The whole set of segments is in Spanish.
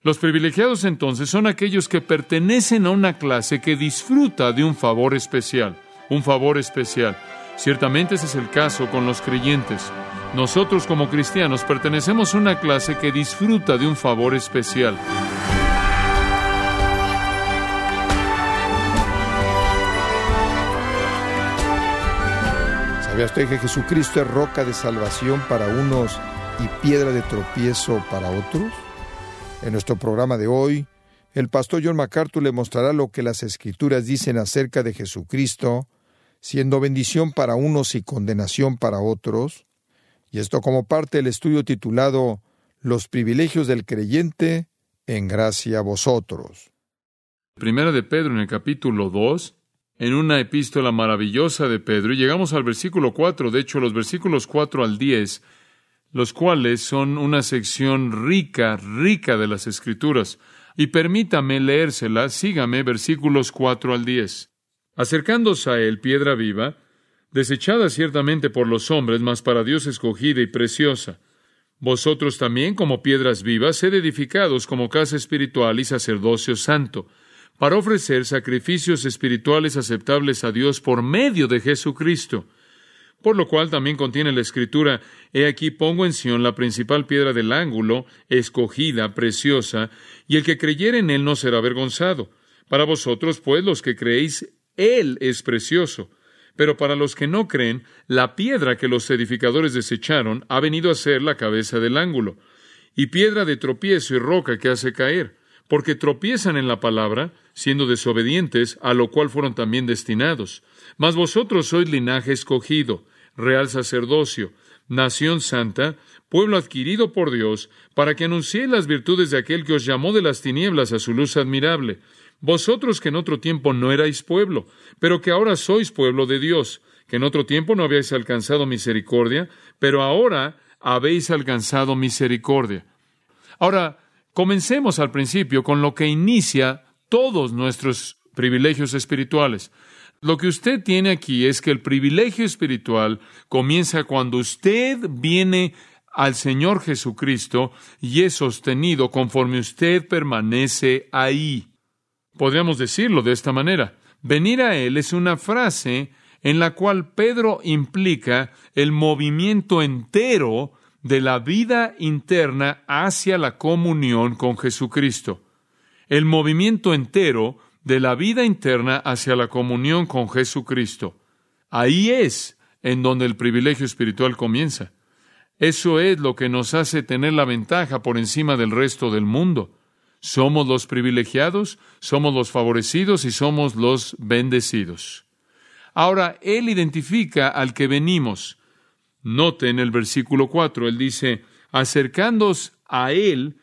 Los privilegiados entonces son aquellos que pertenecen a una clase que disfruta de un favor especial. Un favor especial. Ciertamente ese es el caso con los creyentes. Nosotros como cristianos pertenecemos a una clase que disfruta de un favor especial. ¿Sabía usted que Jesucristo es roca de salvación para unos y piedra de tropiezo para otros? En nuestro programa de hoy, el pastor John MacArthur le mostrará lo que las Escrituras dicen acerca de Jesucristo, siendo bendición para unos y condenación para otros, y esto como parte del estudio titulado Los privilegios del creyente en gracia a vosotros. Primera de Pedro en el capítulo 2, en una epístola maravillosa de Pedro, y llegamos al versículo 4, de hecho los versículos 4 al 10, los cuales son una sección rica de las Escrituras. Y permítame leérsela, sígame, versículos 4 al 10. Acercándose a él, piedra viva, desechada ciertamente por los hombres, mas para Dios escogida y preciosa. Vosotros también, como piedras vivas, sed edificados como casa espiritual y sacerdocio santo, para ofrecer sacrificios espirituales aceptables a Dios por medio de Jesucristo. Por lo cual también contiene la Escritura: He aquí pongo en Sión la principal piedra del ángulo, escogida, preciosa, y el que creyere en él no será avergonzado. Para vosotros, pues, los que creéis, él es precioso. Pero para los que no creen, la piedra que los edificadores desecharon ha venido a ser la cabeza del ángulo, y piedra de tropiezo y roca que hace caer, porque tropiezan en la palabra, siendo desobedientes, a lo cual fueron también destinados. Mas vosotros sois linaje escogido, real sacerdocio, nación santa, pueblo adquirido por Dios, para que anunciéis las virtudes de aquel que os llamó de las tinieblas a su luz admirable. Vosotros que en otro tiempo no erais pueblo, pero que ahora sois pueblo de Dios, que en otro tiempo no habíais alcanzado misericordia, pero ahora habéis alcanzado misericordia. Ahora, comencemos al principio con lo que inicia todos nuestros privilegios espirituales. Lo que usted tiene aquí es que el privilegio espiritual comienza cuando usted viene al Señor Jesucristo y es sostenido conforme usted permanece ahí. Podríamos decirlo de esta manera. Venir a Él es una frase en la cual Pedro implica el movimiento entero de la vida interna hacia la comunión con Jesucristo. El movimiento entero de la vida interna hacia la comunión con Jesucristo. Ahí es en donde el privilegio espiritual comienza. Eso es lo que nos hace tener la ventaja por encima del resto del mundo. Somos los privilegiados, somos los favorecidos y somos los bendecidos. Ahora, Él identifica al que venimos. Note en el versículo 4, Él dice, acercándoos a Él,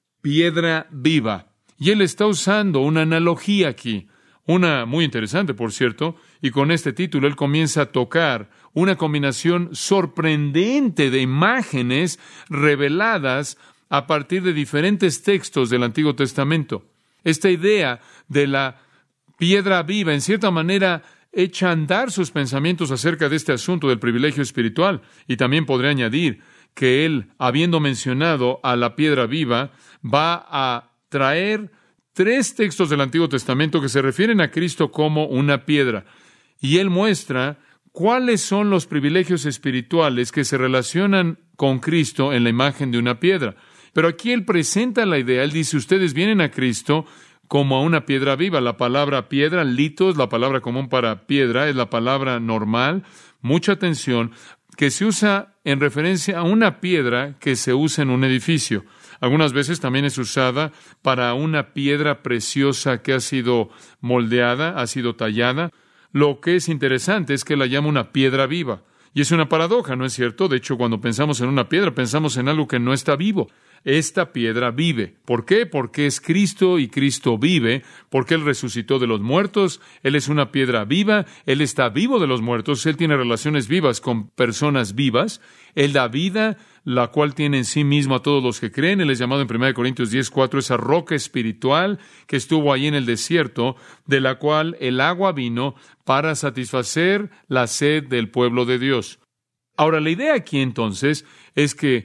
piedra viva. Y Él está usando una analogía aquí, una muy interesante, por cierto, y con este título Él comienza a tocar una combinación sorprendente de imágenes reveladas a partir de diferentes textos del Antiguo Testamento. Esta idea de la piedra viva, en cierta manera, echa a andar sus pensamientos acerca de este asunto del privilegio espiritual. Y también podría añadir que Él, habiendo mencionado a la piedra viva, va a traer 3 textos del Antiguo Testamento que se refieren a Cristo como una piedra. Y Él muestra cuáles son los privilegios espirituales que se relacionan con Cristo en la imagen de una piedra. Pero aquí Él presenta la idea, Él dice, ustedes vienen a Cristo como a una piedra viva. La palabra piedra, litos, la palabra común para piedra, es la palabra normal, mucha atención, que se usa en referencia a una piedra que se usa en un edificio. Algunas veces también es usada para una piedra preciosa que ha sido moldeada, ha sido tallada. Lo que es interesante es que la llama una piedra viva. Y es una paradoja, ¿no es cierto? De hecho, cuando pensamos en una piedra, pensamos en algo que no está vivo. Esta piedra vive. ¿Por qué? Porque es Cristo y Cristo vive, porque Él resucitó de los muertos, Él es una piedra viva, Él está vivo de los muertos, Él tiene relaciones vivas con personas vivas, Él da vida, la cual tiene en sí mismo a todos los que creen. Él es llamado en 1 Corintios 10:4 esa roca espiritual que estuvo ahí en el desierto, de la cual el agua vino para satisfacer la sed del pueblo de Dios. Ahora, la idea aquí entonces es que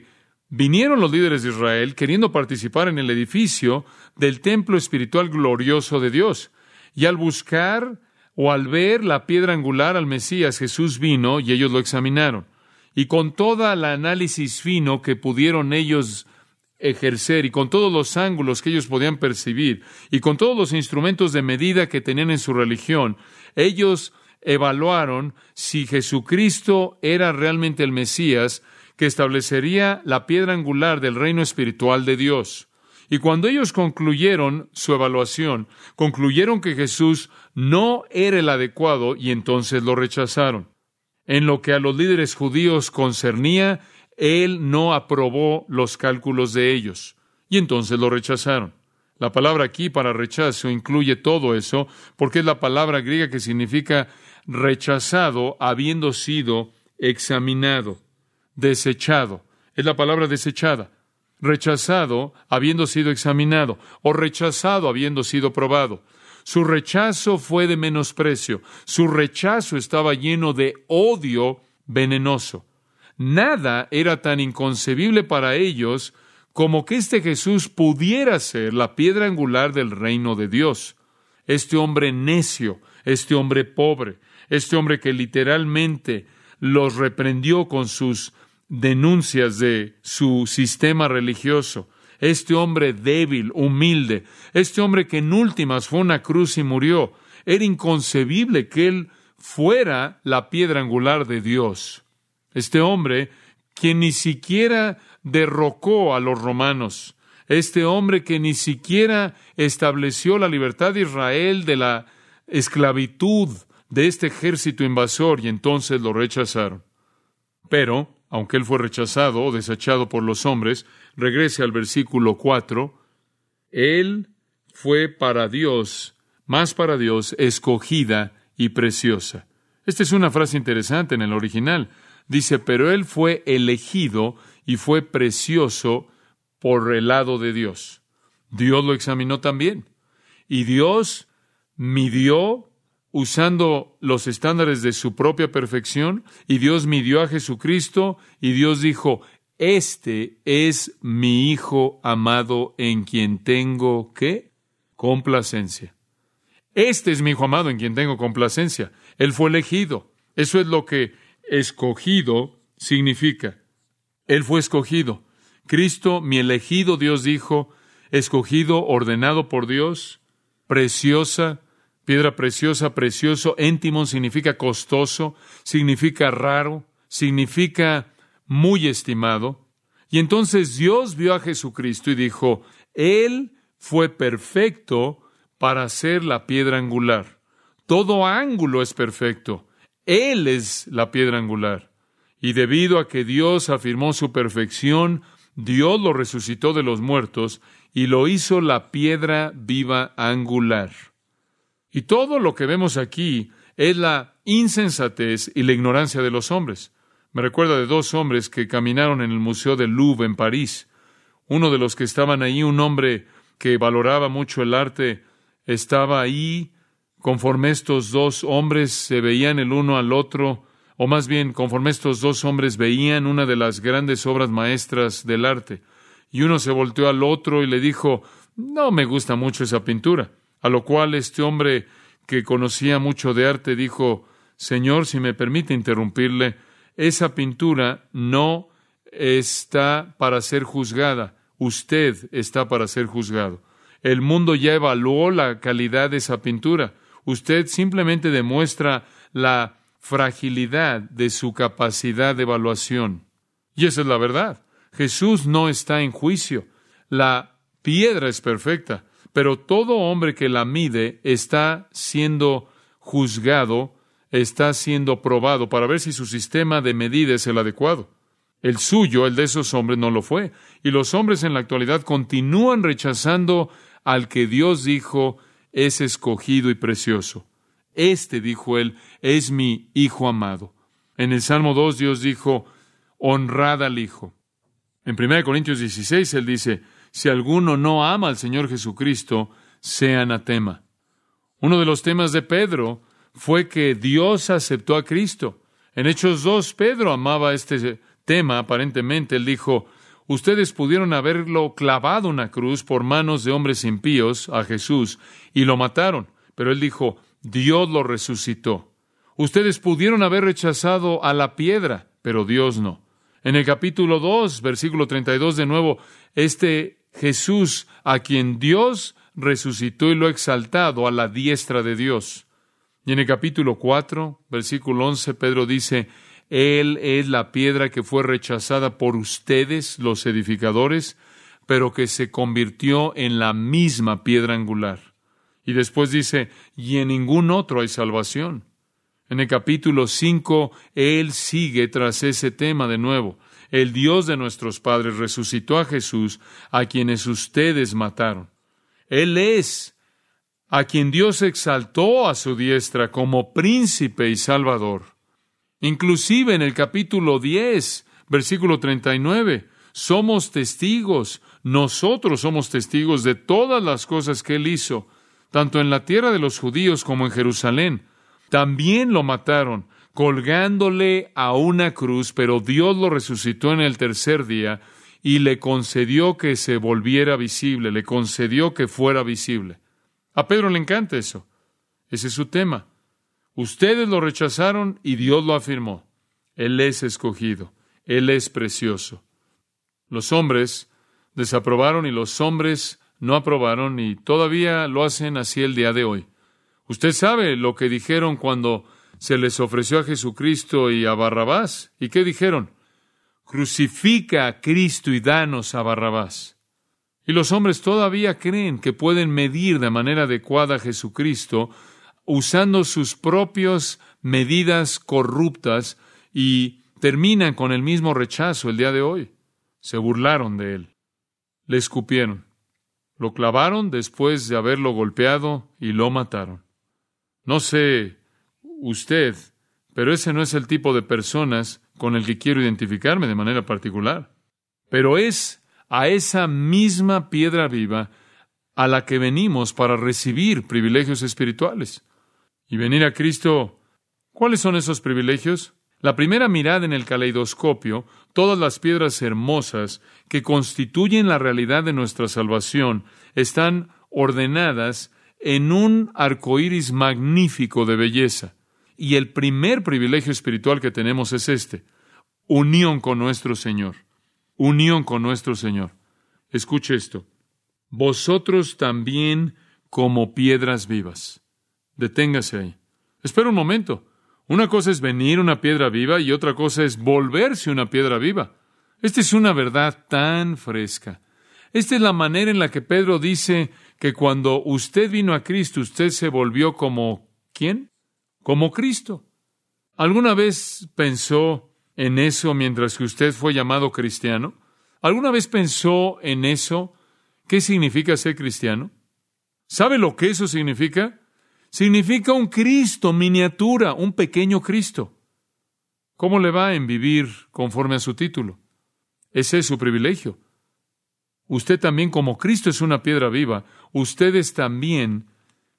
Vinieron los líderes de Israel queriendo participar en el edificio del templo espiritual glorioso de Dios. Y al buscar o al ver la piedra angular al Mesías, Jesús vino y ellos lo examinaron. Y con todo el análisis fino que pudieron ellos ejercer y con todos los ángulos que ellos podían percibir y con todos los instrumentos de medida que tenían en su religión, ellos evaluaron si Jesucristo era realmente el Mesías que establecería la piedra angular del reino espiritual de Dios. Y cuando ellos concluyeron su evaluación, concluyeron que Jesús no era el adecuado y entonces lo rechazaron. En lo que a los líderes judíos concernía, Él no aprobó los cálculos de ellos y entonces lo rechazaron. La palabra aquí para rechazo incluye todo eso porque es la palabra griega que significa rechazado habiendo sido examinado, desechado. Es la palabra desechada. Rechazado habiendo sido examinado o rechazado habiendo sido probado. Su rechazo fue de menosprecio. Su rechazo estaba lleno de odio venenoso. Nada era tan inconcebible para ellos como que este Jesús pudiera ser la piedra angular del reino de Dios. Este hombre necio, este hombre pobre, este hombre que literalmente los reprendió con sus denuncias de su sistema religioso. Este hombre débil, humilde, este hombre que en últimas fue a una cruz y murió. Era inconcebible que él fuera la piedra angular de Dios. Este hombre que ni siquiera derrocó a los romanos. Este hombre que ni siquiera estableció la libertad de Israel de la esclavitud de este ejército invasor y entonces lo rechazaron. Pero, aunque él fue rechazado o desechado por los hombres, regrese al versículo 4, él fue para Dios, más para Dios, escogida y preciosa. Esta es una frase interesante en el original. Dice, pero él fue elegido y fue precioso por el lado de Dios. Dios lo examinó también. Y Dios midió usando los estándares de su propia perfección, y Dios midió a Jesucristo, y Dios dijo, este es mi Hijo amado en quien tengo, ¿qué? Complacencia. Este es mi Hijo amado en quien tengo complacencia. Él fue elegido. Eso es lo que escogido significa. Él fue escogido. Cristo, mi elegido, Dios dijo, escogido, ordenado por Dios, preciosa, piedra preciosa, precioso, íntimo significa costoso, significa raro, significa muy estimado. Y entonces Dios vio a Jesucristo y dijo, Él fue perfecto para ser la piedra angular. Todo ángulo es perfecto. Él es la piedra angular. Y debido a que Dios afirmó su perfección, Dios lo resucitó de los muertos y lo hizo la piedra viva angular. Y todo lo que vemos aquí es la insensatez y la ignorancia de los hombres. Me recuerda de dos hombres que caminaron en el Museo del Louvre en París. Uno de los que estaban ahí, un hombre que valoraba mucho el arte, estaba ahí. Conforme estos dos hombres se veían el uno al otro, o más bien, conforme estos dos hombres veían una de las grandes obras maestras del arte, y uno se volteó al otro y le dijo, no me gusta mucho esa pintura. A lo cual este hombre que conocía mucho de arte dijo, Señor, si me permite interrumpirle, esa pintura no está para ser juzgada. Usted está para ser juzgado. El mundo ya evaluó la calidad de esa pintura. Usted simplemente demuestra la fragilidad de su capacidad de evaluación. Y esa es la verdad. Jesús no está en juicio. La piedra es perfecta. Pero todo hombre que la mide está siendo juzgado, está siendo probado para ver si su sistema de medida es el adecuado. El suyo, el de esos hombres, no lo fue. Y los hombres en la actualidad continúan rechazando al que Dios dijo es escogido y precioso. Este, dijo él, es mi Hijo amado. En el Salmo 2 Dios dijo, honrad al Hijo. En 1 Corintios 16 él dice, si alguno no ama al Señor Jesucristo, sea anatema. Uno de los temas de Pedro fue que Dios aceptó a Cristo. En Hechos 2, Pedro amaba este tema, aparentemente. Él dijo, Ustedes pudieron haberlo clavado en una cruz por manos de hombres impíos a Jesús y lo mataron, pero Él dijo, Dios lo resucitó. Ustedes pudieron haber rechazado a la piedra, pero Dios no. En el capítulo 2, versículo 32, de nuevo, Jesús, a quien Dios resucitó y lo ha exaltado a la diestra de Dios. Y en el capítulo 4, versículo 11, Pedro dice, Él es la piedra que fue rechazada por ustedes, los edificadores, pero que se convirtió en la misma piedra angular. Y después dice, y en ningún otro hay salvación. En el capítulo 5, Él sigue tras ese tema de nuevo. El Dios de nuestros padres resucitó a Jesús, a quienes ustedes mataron. Él es a quien Dios exaltó a su diestra como príncipe y salvador. Inclusive en el capítulo 10, versículo 39, nosotros somos testigos de todas las cosas que Él hizo, tanto en la tierra de los judíos como en Jerusalén. También lo mataron, colgándole a una cruz, pero Dios lo resucitó en el tercer día y le concedió que se volviera visible, le concedió que fuera visible. A Pedro le encanta eso. Ese es su tema. Ustedes lo rechazaron y Dios lo afirmó. Él es escogido, Él es precioso. Los hombres desaprobaron y los hombres no aprobaron y todavía lo hacen así el día de hoy. Usted sabe lo que dijeron cuando se les ofreció a Jesucristo y a Barrabás. ¿Y qué dijeron? Crucifica a Cristo y danos a Barrabás. Y los hombres todavía creen que pueden medir de manera adecuada a Jesucristo usando sus propias medidas corruptas y terminan con el mismo rechazo el día de hoy. Se burlaron de Él. Le escupieron. Lo clavaron después de haberlo golpeado y lo mataron. No sé usted, pero ese no es el tipo de personas con el que quiero identificarme de manera particular. Pero es a esa misma piedra viva a la que venimos para recibir privilegios espirituales. Y venir a Cristo, ¿cuáles son esos privilegios? La primera mirada en el caleidoscopio, todas las piedras hermosas que constituyen la realidad de nuestra salvación están ordenadas en un arcoíris magnífico de belleza. Y el primer privilegio espiritual que tenemos es unión con nuestro Señor. Unión con nuestro Señor. Escuche esto. Vosotros también como piedras vivas. Deténgase ahí. Espera un momento. Una cosa es venir una piedra viva y otra cosa es volverse una piedra viva. Esta es una verdad tan fresca. Esta es la manera en la que Pedro dice que cuando usted vino a Cristo, usted se volvió como ¿quién? Como Cristo. ¿Alguna vez pensó en eso mientras que usted fue llamado cristiano? ¿Alguna vez pensó en eso? ¿Qué significa ser cristiano? ¿Sabe lo que eso significa? Significa un Cristo miniatura, un pequeño Cristo. ¿Cómo le va en vivir conforme a su título? Ese es su privilegio. Usted también, como Cristo es una piedra viva, ustedes también,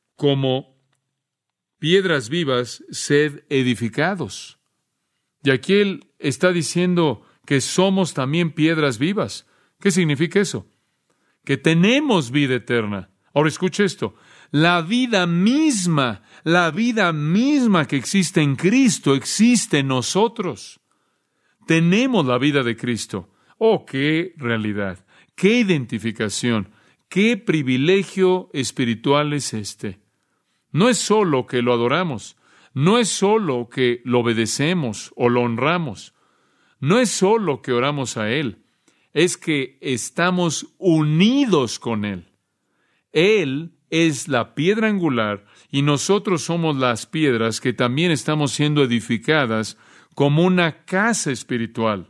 como piedras vivas, sed edificados. Y aquí Él está diciendo que somos también piedras vivas. ¿Qué significa eso? Que tenemos vida eterna. Ahora escuche esto. La vida misma que existe en Cristo, existe en nosotros. Tenemos la vida de Cristo. ¡Oh, qué realidad! ¡Qué identificación! ¡Qué privilegio espiritual es este! No es solo que lo adoramos, no es solo que lo obedecemos o lo honramos, no es solo que oramos a Él, es que estamos unidos con Él. Él es la piedra angular y nosotros somos las piedras que también estamos siendo edificadas como una casa espiritual.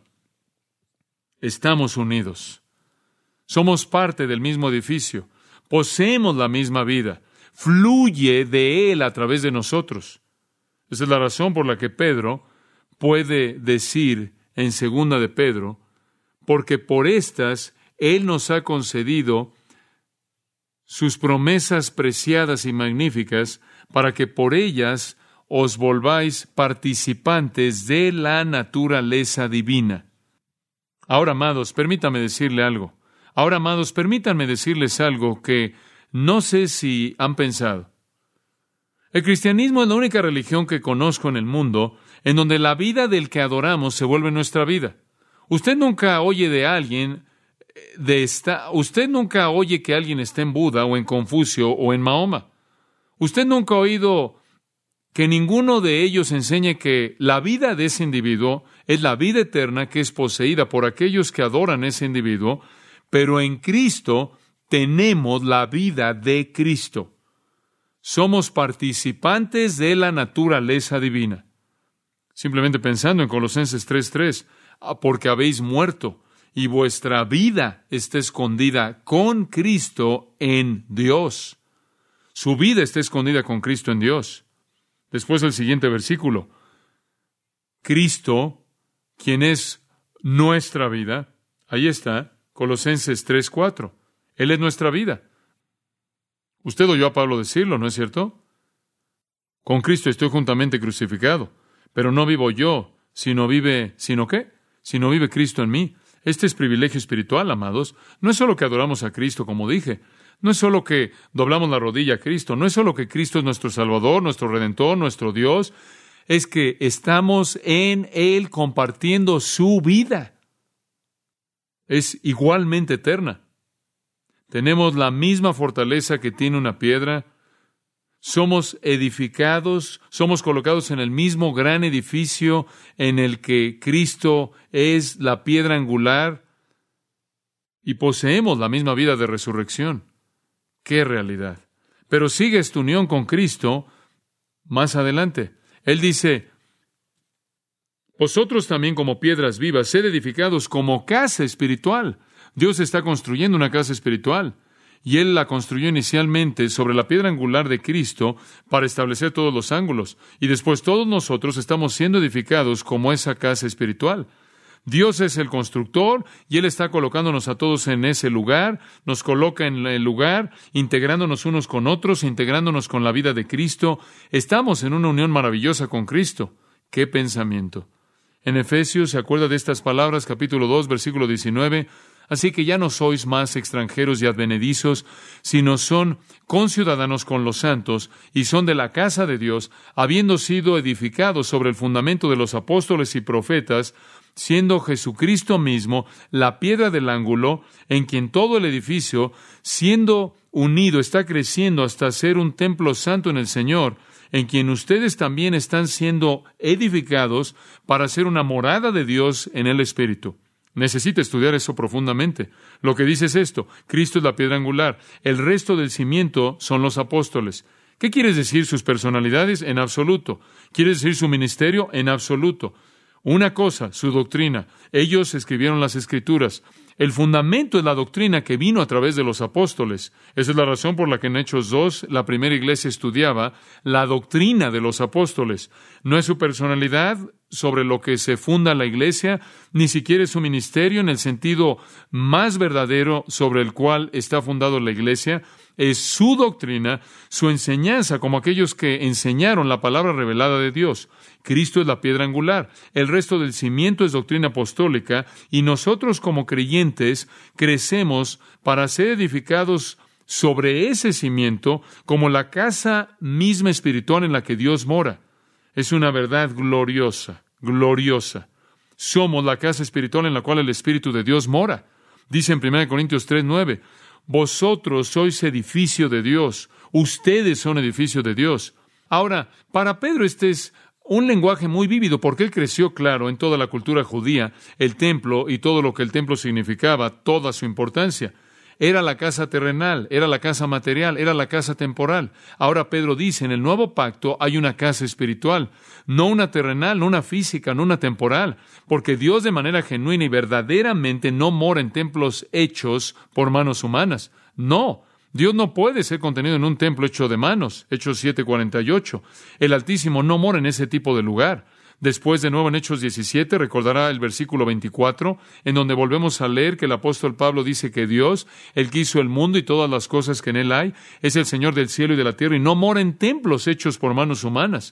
Estamos unidos. Somos parte del mismo edificio. Poseemos la misma vida. Fluye de Él a través de nosotros. Esa es la razón por la que Pedro puede decir en 2 de Pedro, porque por estas Él nos ha concedido sus promesas preciadas y magníficas, para que por ellas os volváis participantes de la naturaleza divina. Ahora, amados, permítanme decirles algo que no sé si han pensado. El cristianismo es la única religión que conozco en el mundo en donde la vida del que adoramos se vuelve nuestra vida. Usted nunca oye que alguien esté en Buda o en Confucio o en Mahoma. Usted nunca ha oído que ninguno de ellos enseñe que la vida de ese individuo es la vida eterna que es poseída por aquellos que adoran a ese individuo, pero en Cristo tenemos la vida de Cristo. Somos participantes de la naturaleza divina. Simplemente pensando en Colosenses 3:3, porque habéis muerto y vuestra vida está escondida con Cristo en Dios. Su vida está escondida con Cristo en Dios. Después el siguiente versículo. Cristo, quien es nuestra vida, ahí está, Colosenses 3:4. Él es nuestra vida. Usted oyó a Pablo decirlo, ¿no es cierto? Con Cristo estoy juntamente crucificado, pero no vivo yo, sino vive Cristo en mí. Este es privilegio espiritual, amados. No es solo que adoramos a Cristo, como dije. No es solo que doblamos la rodilla a Cristo. No es solo que Cristo es nuestro Salvador, nuestro Redentor, nuestro Dios. Es que estamos en Él compartiendo su vida. Es igualmente eterna. Tenemos la misma fortaleza que tiene una piedra. Somos edificados, somos colocados en el mismo gran edificio en el que Cristo es la piedra angular y poseemos la misma vida de resurrección. ¡Qué realidad! Pero sigue esta unión con Cristo más adelante. Él dice, vosotros también como piedras vivas, sed edificados como casa espiritual. Dios está construyendo una casa espiritual. Y Él la construyó inicialmente sobre la piedra angular de Cristo para establecer todos los ángulos. Y después todos nosotros estamos siendo edificados como esa casa espiritual. Dios es el constructor y Él está colocándonos a todos en ese lugar, nos coloca en el lugar, integrándonos unos con otros, integrándonos con la vida de Cristo. Estamos en una unión maravillosa con Cristo. ¡Qué pensamiento! En Efesios, ¿se acuerda de estas palabras? Capítulo 2, versículo 19. Así que ya no sois más extranjeros y advenedizos, sino son conciudadanos con los santos y son de la casa de Dios, habiendo sido edificados sobre el fundamento de los apóstoles y profetas, siendo Jesucristo mismo la piedra del ángulo, en quien todo el edificio, siendo unido, está creciendo hasta ser un templo santo en el Señor, en quien ustedes también están siendo edificados para ser una morada de Dios en el Espíritu. Necesita estudiar eso profundamente. Lo que dice es esto: Cristo es la piedra angular. El resto del cimiento son los apóstoles. ¿Qué quiere decir sus personalidades? En absoluto. ¿Quiere decir su ministerio? En absoluto. Una cosa, su doctrina. Ellos escribieron las Escrituras. El fundamento es la doctrina que vino a través de los apóstoles. Esa es la razón por la que en Hechos 2 la primera iglesia estudiaba la doctrina de los apóstoles. No es su personalidad sobre lo que se funda la iglesia, ni siquiera es su ministerio en el sentido más verdadero sobre el cual está fundado la iglesia. Es su doctrina, su enseñanza, como aquellos que enseñaron la palabra revelada de Dios. Cristo es la piedra angular. El resto del cimiento es doctrina apostólica y nosotros como creyentes crecemos para ser edificados sobre ese cimiento como la casa misma espiritual en la que Dios mora. Es una verdad gloriosa, gloriosa. Somos la casa espiritual en la cual el Espíritu de Dios mora. Dice en 1 Corintios 3:9, vosotros sois edificio de Dios, ustedes son edificio de Dios. Ahora, para Pedro este es un lenguaje muy vívido porque él creció, claro, en toda la cultura judía, el templo y todo lo que el templo significaba, toda su importancia. Era la casa terrenal, era la casa material, era la casa temporal. Ahora Pedro dice, en el nuevo pacto hay una casa espiritual, no una terrenal, no una física, no una temporal, porque Dios de manera genuina y verdaderamente no mora en templos hechos por manos humanas. No, Dios no puede ser contenido en un templo hecho de manos. Hechos 7:48. El Altísimo no mora en ese tipo de lugar. Después, de nuevo en Hechos 17, recordará el versículo 24, en donde volvemos a leer que el apóstol Pablo dice que Dios, el que hizo el mundo y todas las cosas que en él hay, es el Señor del cielo y de la tierra y no mora en templos hechos por manos humanas.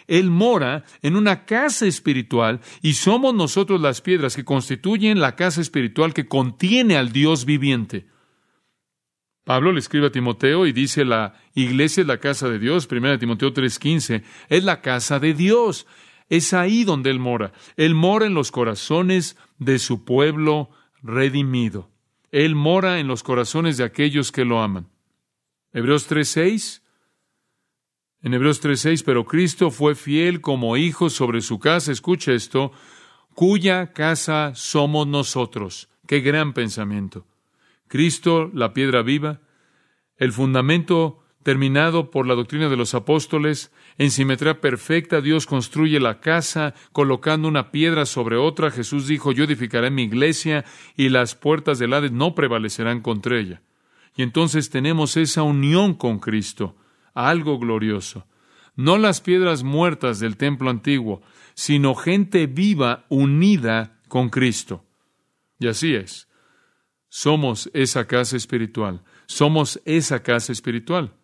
Él mora en una casa espiritual y somos nosotros las piedras que constituyen la casa espiritual que contiene al Dios viviente. Pablo le escribe a Timoteo y dice, la iglesia es la casa de Dios. 1 Timoteo 3:15, es la casa de Dios. Es ahí donde Él mora. Él mora en los corazones de su pueblo redimido. Él mora en los corazones de aquellos que lo aman. Hebreos 3:6. En Hebreos 3:6, pero Cristo fue fiel como hijo sobre su casa, escucha esto, cuya casa somos nosotros. ¡Qué gran pensamiento! Cristo, la piedra viva, el fundamento terminado por la doctrina de los apóstoles, en simetría perfecta Dios construye la casa colocando una piedra sobre otra. Jesús dijo, yo edificaré mi iglesia y las puertas del Hades no prevalecerán contra ella. Y entonces tenemos esa unión con Cristo, algo glorioso. No las piedras muertas del templo antiguo, sino gente viva unida con Cristo. Y así es. Somos esa casa espiritual. Somos esa casa espiritual.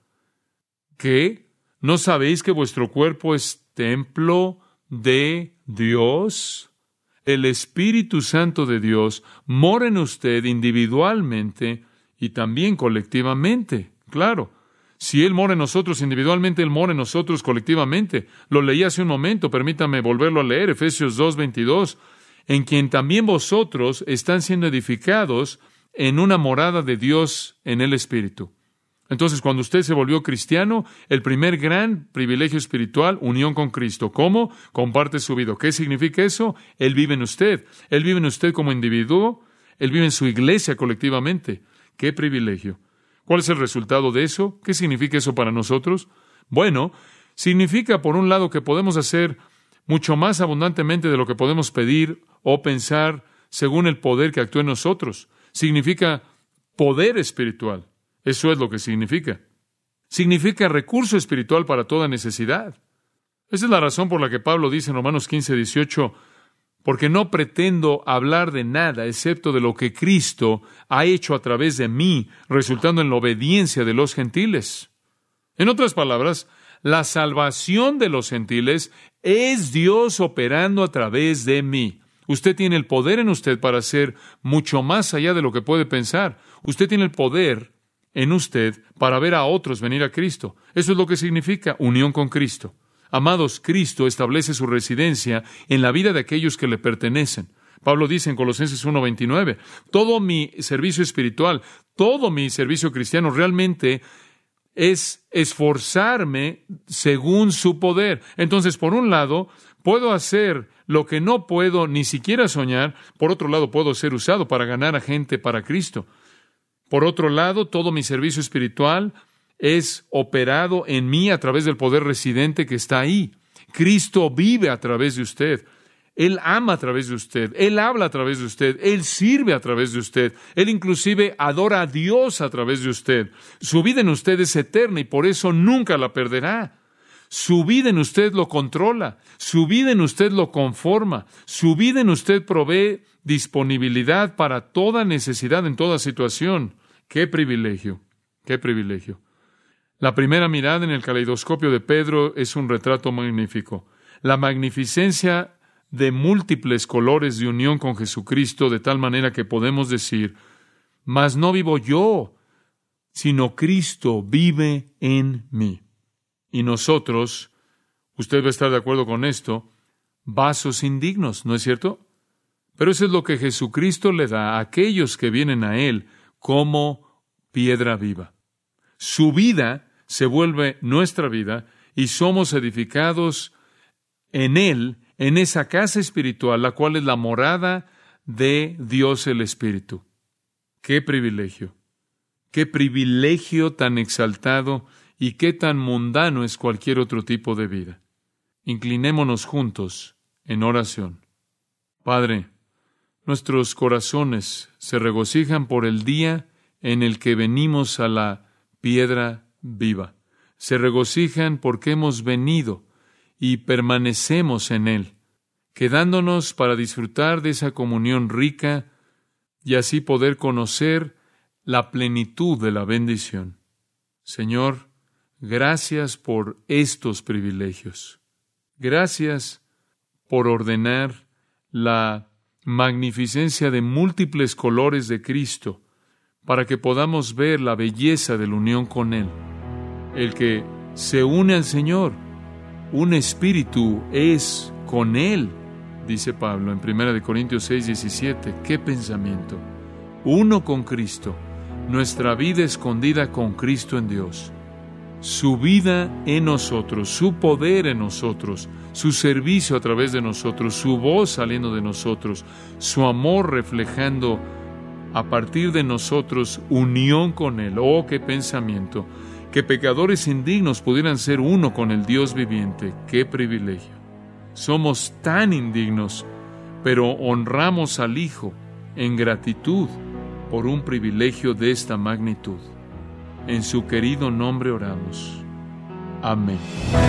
¿Qué? ¿No sabéis que vuestro cuerpo es templo de Dios? El Espíritu Santo de Dios mora en usted individualmente y también colectivamente. Claro, si Él mora en nosotros individualmente, Él mora en nosotros colectivamente. Lo leí hace un momento, permítame volverlo a leer, Efesios 2:22, en quien también vosotros están siendo edificados en una morada de Dios en el Espíritu. Entonces, cuando usted se volvió cristiano, el primer gran privilegio espiritual, unión con Cristo. ¿Cómo? Comparte su vida. ¿Qué significa eso? Él vive en usted. Él vive en usted como individuo. Él vive en su iglesia colectivamente. ¡Qué privilegio! ¿Cuál es el resultado de eso? ¿Qué significa eso para nosotros? Bueno, significa, por un lado, que podemos hacer mucho más abundantemente de lo que podemos pedir o pensar según el poder que actúa en nosotros. Significa poder espiritual. Eso es lo que significa. Significa recurso espiritual para toda necesidad. Esa es la razón por la que Pablo dice en Romanos 15:18, porque no pretendo hablar de nada excepto de lo que Cristo ha hecho a través de mí, resultando en la obediencia de los gentiles. En otras palabras, la salvación de los gentiles es Dios operando a través de mí. Usted tiene el poder en usted para hacer mucho más allá de lo que puede pensar. Usted tiene el poder en usted para ver a otros venir a Cristo. Eso es lo que significa unión con Cristo. Amados, Cristo establece su residencia en la vida de aquellos que le pertenecen. Pablo dice en Colosenses 1:29, todo mi servicio espiritual, todo mi servicio cristiano realmente es esforzarme según su poder. Entonces, por un lado, puedo hacer lo que no puedo ni siquiera soñar. Por otro lado, puedo ser usado para ganar a gente para Cristo. Por otro lado, todo mi servicio espiritual es operado en mí a través del poder residente que está ahí. Cristo vive a través de usted. Él ama a través de usted. Él habla a través de usted. Él sirve a través de usted. Él inclusive adora a Dios a través de usted. Su vida en usted es eterna y por eso nunca la perderá. Su vida en usted lo controla. Su vida en usted lo conforma. Su vida en usted provee disponibilidad para toda necesidad en toda situación. ¡Qué privilegio! ¡Qué privilegio! La primera mirada en el caleidoscopio de Pedro es un retrato magnífico. La magnificencia de múltiples colores de unión con Jesucristo, de tal manera que podemos decir, mas no vivo yo, sino Cristo vive en mí. Y nosotros, usted va a estar de acuerdo con esto, vasos indignos, ¿no es cierto? Pero eso es lo que Jesucristo le da a aquellos que vienen a Él como piedra viva. Su vida se vuelve nuestra vida y somos edificados en Él, en esa casa espiritual, la cual es la morada de Dios el Espíritu. ¡Qué privilegio! ¡Qué privilegio tan exaltado y qué tan mundano es cualquier otro tipo de vida! Inclinémonos juntos en oración. Padre, nuestros corazones se regocijan por el día en el que venimos a la piedra viva. Se regocijan porque hemos venido y permanecemos en Él, quedándonos para disfrutar de esa comunión rica y así poder conocer la plenitud de la bendición. Señor, gracias por estos privilegios. Gracias por ordenar la magnificencia de múltiples colores de Cristo para que podamos ver la belleza de la unión con Él. El que se une al Señor, un espíritu es con Él, dice Pablo en 1 Corintios 6, 17. ¡Qué pensamiento! Uno con Cristo, nuestra vida escondida con Cristo en Dios, su vida en nosotros, su poder en nosotros, su servicio a través de nosotros, su voz saliendo de nosotros, su amor reflejando a partir de nosotros unión con Él. ¡Oh, qué pensamiento! Que pecadores indignos pudieran ser uno con el Dios viviente. ¡Qué privilegio! Somos tan indignos, pero honramos al Hijo en gratitud por un privilegio de esta magnitud. En su querido nombre oramos. Amén.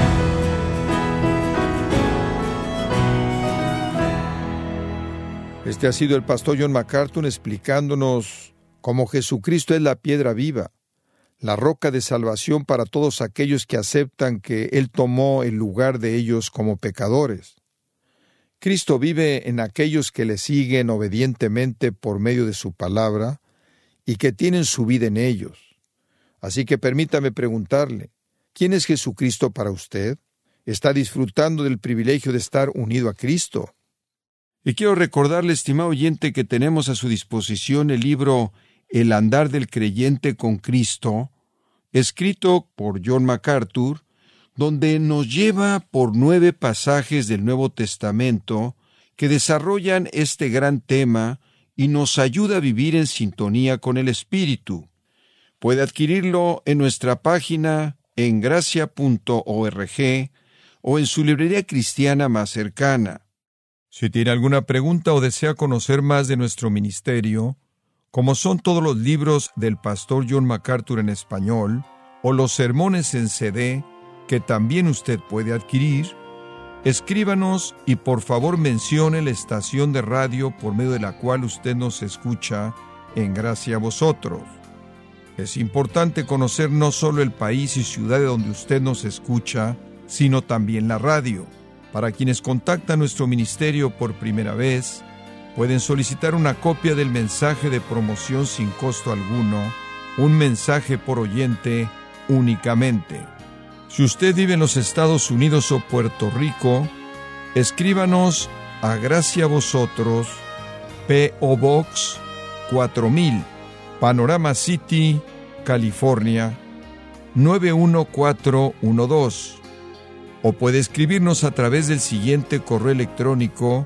Este ha sido el pastor John MacArthur explicándonos cómo Jesucristo es la piedra viva, la roca de salvación para todos aquellos que aceptan que Él tomó el lugar de ellos como pecadores. Cristo vive en aquellos que le siguen obedientemente por medio de su palabra y que tienen su vida en ellos. Así que permítame preguntarle, ¿quién es Jesucristo para usted? ¿Está disfrutando del privilegio de estar unido a Cristo? Y quiero recordarle, estimado oyente, que tenemos a su disposición el libro El andar del creyente con Cristo, escrito por John MacArthur, donde nos lleva por 9 pasajes del Nuevo Testamento que desarrollan este gran tema y nos ayuda a vivir en sintonía con el Espíritu. Puede adquirirlo en nuestra página en gracia.org o en su librería cristiana más cercana. Si tiene alguna pregunta o desea conocer más de nuestro ministerio, como son todos los libros del pastor John MacArthur en español, o los sermones en CD, que también usted puede adquirir, escríbanos y por favor mencione la estación de radio por medio de la cual usted nos escucha en Gracia a Vosotros. Es importante conocer no solo el país y ciudad de donde usted nos escucha, sino también la radio. Para quienes contactan nuestro ministerio por primera vez, pueden solicitar una copia del mensaje de promoción sin costo alguno, un mensaje por oyente únicamente. Si usted vive en los Estados Unidos o Puerto Rico, escríbanos a Gracia a Vosotros, P.O. Box 4000, Panorama City, California, 91412. O puede escribirnos a través del siguiente correo electrónico: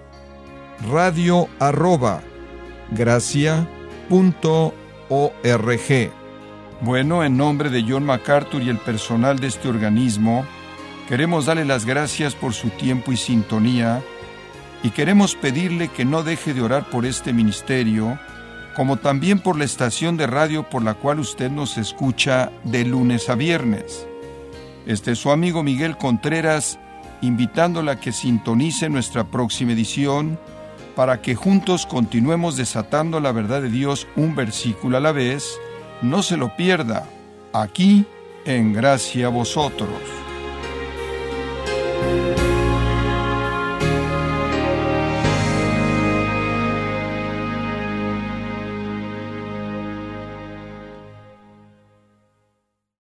radio@gracia.org. Bueno, en nombre de John MacArthur y el personal de este organismo, queremos darle las gracias por su tiempo y sintonía, y queremos pedirle que no deje de orar por este ministerio, como también por la estación de radio por la cual usted nos escucha de lunes a viernes. Este es su amigo Miguel Contreras, invitándola a que sintonice nuestra próxima edición para que juntos continuemos desatando la verdad de Dios un versículo a la vez. No se lo pierda, aquí en Gracia a Vosotros.